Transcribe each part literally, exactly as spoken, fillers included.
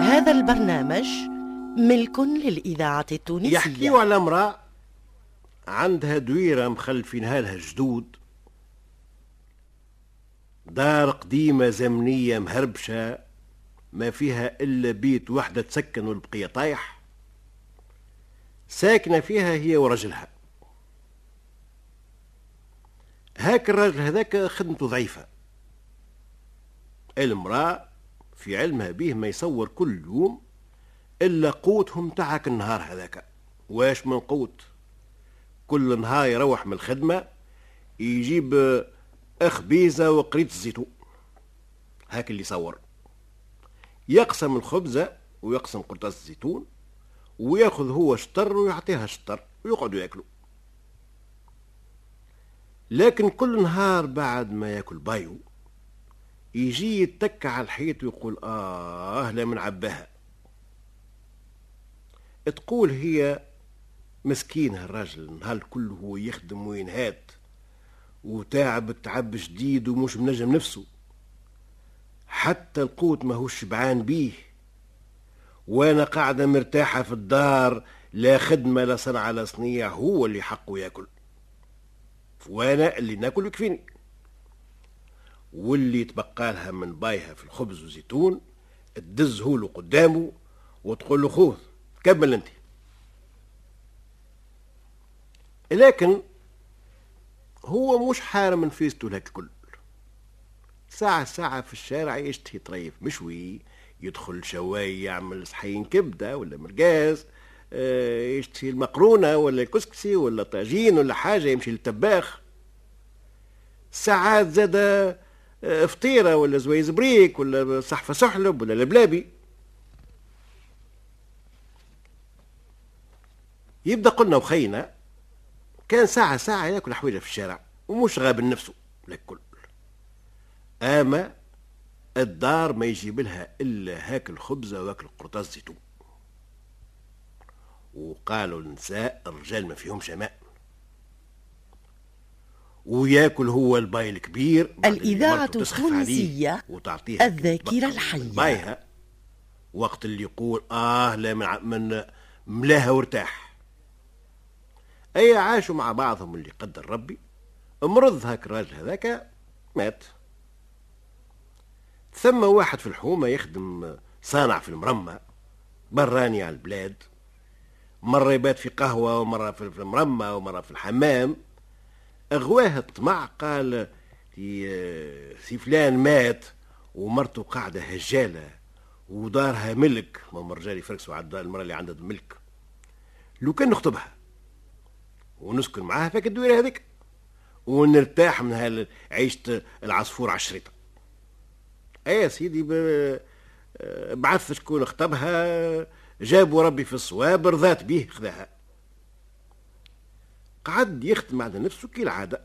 هذا البرنامج ملك للإذاعة التونسية. يحكيوا على امرأة عندها دويرة مخلفينها لها جدود، دار قديمة زمنية مهربشة ما فيها إلا بيت وحدة تسكن والبقية طايح، ساكنة فيها هي ورجلها. هاك الراجل هذاك خدمته ضعيفة، المرأة في علمها به ما يصور كل يوم إلا قوتهم تاعك النهار هذاك. واش من قوت؟ كل نهار يروح من الخدمة يجيب أخبيزة وقريط الزيتون، هاك اللي يصور، يقسم الخبزة ويقسم قرطاس الزيتون وياخذ هو شطر ويعطيها شطر ويقعدوا ياكلوا. لكن كل نهار بعد ما ياكل بايو يجي يتك على الحيط ويقول آه لا من عباها. تقول هي مسكين هالراجل النهار كله هو يخدم وينهات وتعب تعب شديد ومش منجم نفسه، حتى القوت ما هو شبعان بيه، وانا قاعدة مرتاحة في الدار لا خدمة لا صنعة لا صنيع، هو اللي حقه ياكل وانا اللي ناكل يكفيني. واللي تبقى لها من بايها في الخبز والزيتون تدزه له قدامه وتقول له خوذ كمل انت. لكن هو مش حارم من فيسته لك الكل، ساعة ساعة في الشارع يشتهي طريف مشوي، يدخل شواي يعمل صحين كبدة ولا مرقاز، يشتهي المقرونة ولا الكسكسي ولا طاجين ولا حاجة، يمشي للطباخ. ساعات زاد فطيرة ولا زويز بريك ولا صحفة سحلب ولا لبلابي. يبدأ قلنا وخينا كان ساعة ساعة ياكل حويجة في الشارع ومش غاب نفسه للكل، اما الدار ما يجيب لها الا هاك الخبزة واكل قرطاس زيتون. وقالوا النساء الرجال ما فيهم شماء، وياكل هو الباي الكبير. الإذاعة التونسية الذاكرة الحية بايها وقت اللي يقول آه لا من, من ملاها وارتاح. أي عاشوا مع بعضهم اللي قدر ربي، مرض هاك الراجل هذاك مات. ثم واحد في الحومة يخدم صانع في المرمى براني على البلاد، مرة يبات في قهوة ومرة في المرمى ومرة في الحمام. اغواه الطمع، قال سي فلان مات ومرته قاعدة هجالة ودارها ملك، ما الرجال يفركسوا على المرأة اللي عندها الملك، لو كان نخطبها ونسكن معاها فيك الدويرة هذيك ونرتاح من عيشة العصفور على الشريطة. اي يا سيدي بعث شكون خطبها، جابوا ربي في الصواب رضات بيه خذاها. قعد يخدم على نفسه كي العادة،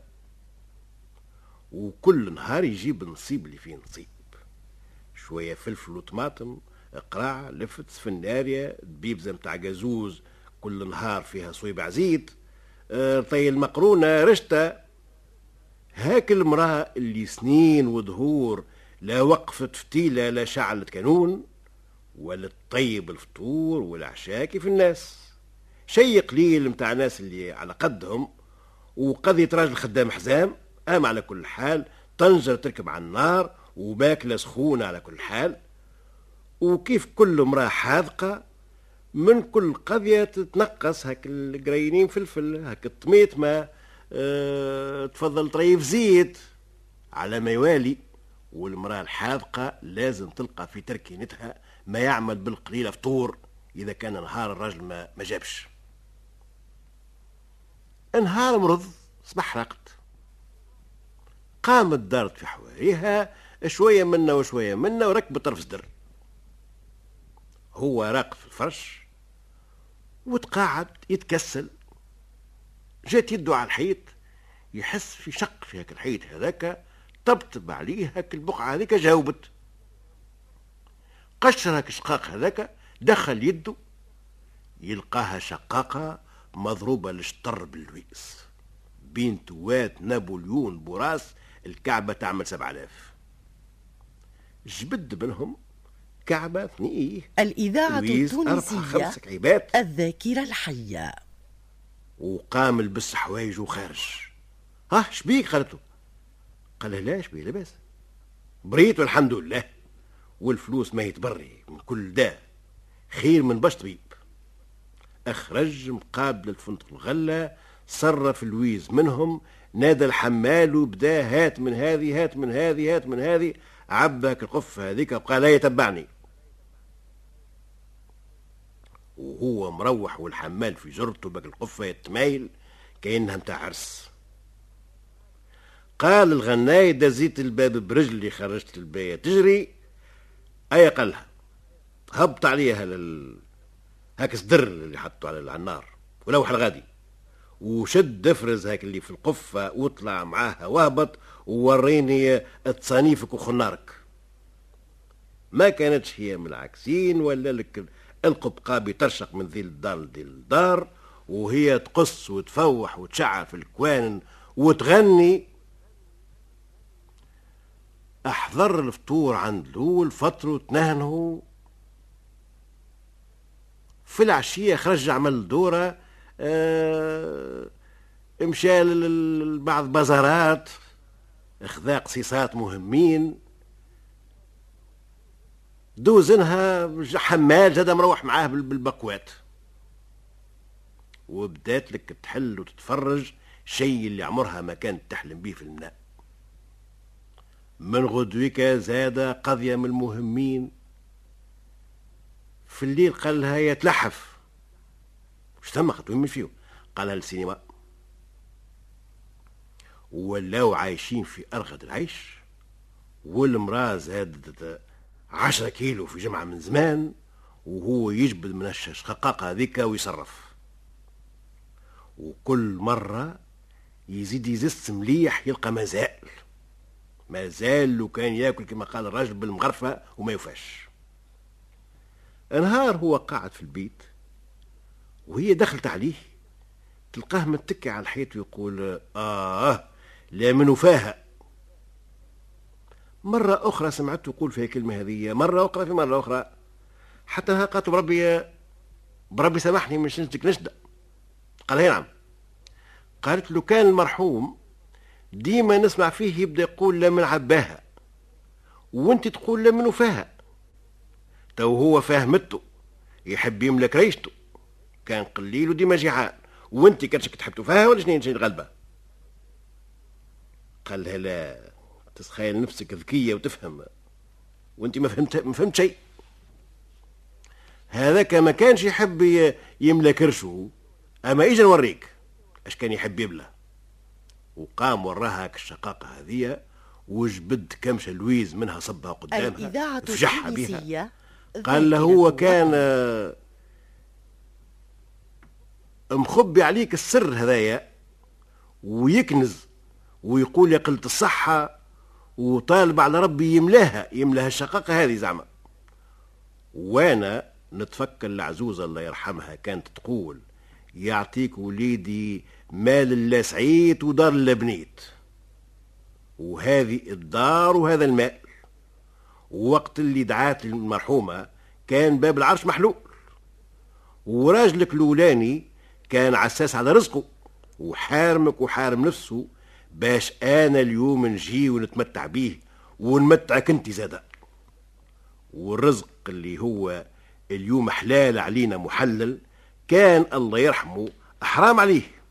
وكل نهار يجيب النصيب اللي فيه نصيب، شوية فلفل وطماطم، قراع، لفت، سفناريا، دبيبزة متاع جازوز كل نهار فيها صويبع زيت، طي المقرونة رشتة. هاك المرأة اللي سنين ودهور لا وقفت فتيلة لا شعلت كانون ولا تطيب الفطور ولا عشاء كيف الناس، شيء قليل متاع ناس اللي على قدهم، وقضية راجل خدام حزام. أما على كل حال طنجر تركب على النار وباكلة سخونة على كل حال. وكيف كل امرأة حاذقة من كل قضية تتنقص هاك القرينين فلفل، هاك الطميطمة، اه تفضل طريف زيت على ما يوالي. والمرأة الحاذقة لازم تلقى في تركينتها ما يعمل بالقليلة فطور إذا كان نهار الرجل ما, ما جابش. نهار مرض صبح رقد، قامت دارت في حواريها شوية منا وشوية منا وركبت طرف صدر. هو راقد في الفرش وتقاعد يتكسل، جات يده على الحيط يحس في شق في هاك الحيط هذاك، طبطب عليه هاك البقعة هذيك جاوبت. قشر هاك الشقاق هذاك، دخل يده يلقاها شقاقة مضروبة لشطر باللويس، بين توات نابليون بوراس الكعبة تعمل سبع آلاف. جبد منهم كعبة اثنين. الإذاعة التونسية كعيبات. الذاكرة الحية. وقام لبس حوايجه خارج. ها شبيك؟ قالت له. قال لها لا شبيه لاباس، بريت والحمد لله، والفلوس ما يتبري من كل ده، خير من باش طبيب. اخرج مقابل الفندق الغله، صرف الويز منهم، نادى الحمال وبدا هات من هذه هات من هذه هات من هذه، عباك القفه هذيك وقال لا يتبعني. وهو مروح والحمال في جرته باك القفه يتمايل كانها متاع عرس. قال الغناي دزيت الباب برجلي، خرجت الباية تجري. اي قالها هبط عليها لل هاك الصدر اللي حطوا على النار ولوح الغادي، وشد افرز هاك اللي في القفة واطلع معاها وهبط ووريني تصانيفك وخنارك. ما كانتش هي من العكسين، ولا لك القبقابي ترشق من ذي الدار لذي الدار، وهي تقص وتفوح وتشعر في الكوان وتغني. احضر الفطور عند الاول، فطروا تنهنوا. في العشية خرج عمل دورة، اه مشى لبعض بازارات، اخذا قصيصات مهمين، دوزنها حمال زاد مروح معاه بالبقوات. وبدات لك تحل وتتفرج شيء اللي عمرها ما كانت تحلم به في المناء. من غدوك زاد قضية من المهمين. في الليل قال لها يتلحف. وش ثم خطوين من فيه؟ قال لها السينما. ولاو عايشين في أرغد العيش، والمراه زادت عشرة كيلو في جمعة من زمان، وهو يجبد من الشقاقة هذيك ويصرف. وكل مرة يزيد يزس مليح يلقى مازال مازال لو كان ياكل كما قال الراجل بالمغرفة وما يوفاش. نهار هو قاعد في البيت وهي دخلت عليه، تلقاه متكي على الحيط ويقول آه لا من وفاها. مرة أخرى سمعته يقول فيها كلمة هذه، مرة أخرى في مرة أخرى، حتى نها قالت بربي بربي سامحني من شنجتك نشدة. قال هي نعم. قالت له كان المرحوم ديما نسمع فيه يبدأ يقول لا من عباها، وانت تقول لا من وفاها. تو هو فاهمته يحب يملك ريشته، كان قليل وديما جيعان، وانت كانش تحب تفاها ولا شنين شنين غلبة. قال لها لا تتخيل نفسك ذكية وتفهم، وانت ما فهمت ما فهمت شيء. هذاك ما كانش يحب يملك رشه، اما اجا نوريك اش كان يحب يبلى. وقام وراها الشقاقة هذه وجبد كمشة لويز منها صبها قدامها فجحها بها. قال له هو كان مخبي عليك السر هذايا ويكنز ويقول يا قلة الصحة، وطالب على ربي يملاها يملاها الشقاقة هذه زعما. وانا نتفكر العزوزة الله يرحمها كانت تقول يعطيك وليدي مال الله سعيت ودار الله بنيت، وهذه الدار وهذا المال. ووقت اللي دعات المرحومة كان باب العرش محلول، وراجلك الأولاني كان عساس على رزقه وحارمك وحارم نفسه باش أنا اليوم نجي ونتمتع بيه ونمتعك انت زادا. والرزق اللي هو اليوم حلال علينا محلل كان الله يرحمه حرام عليه.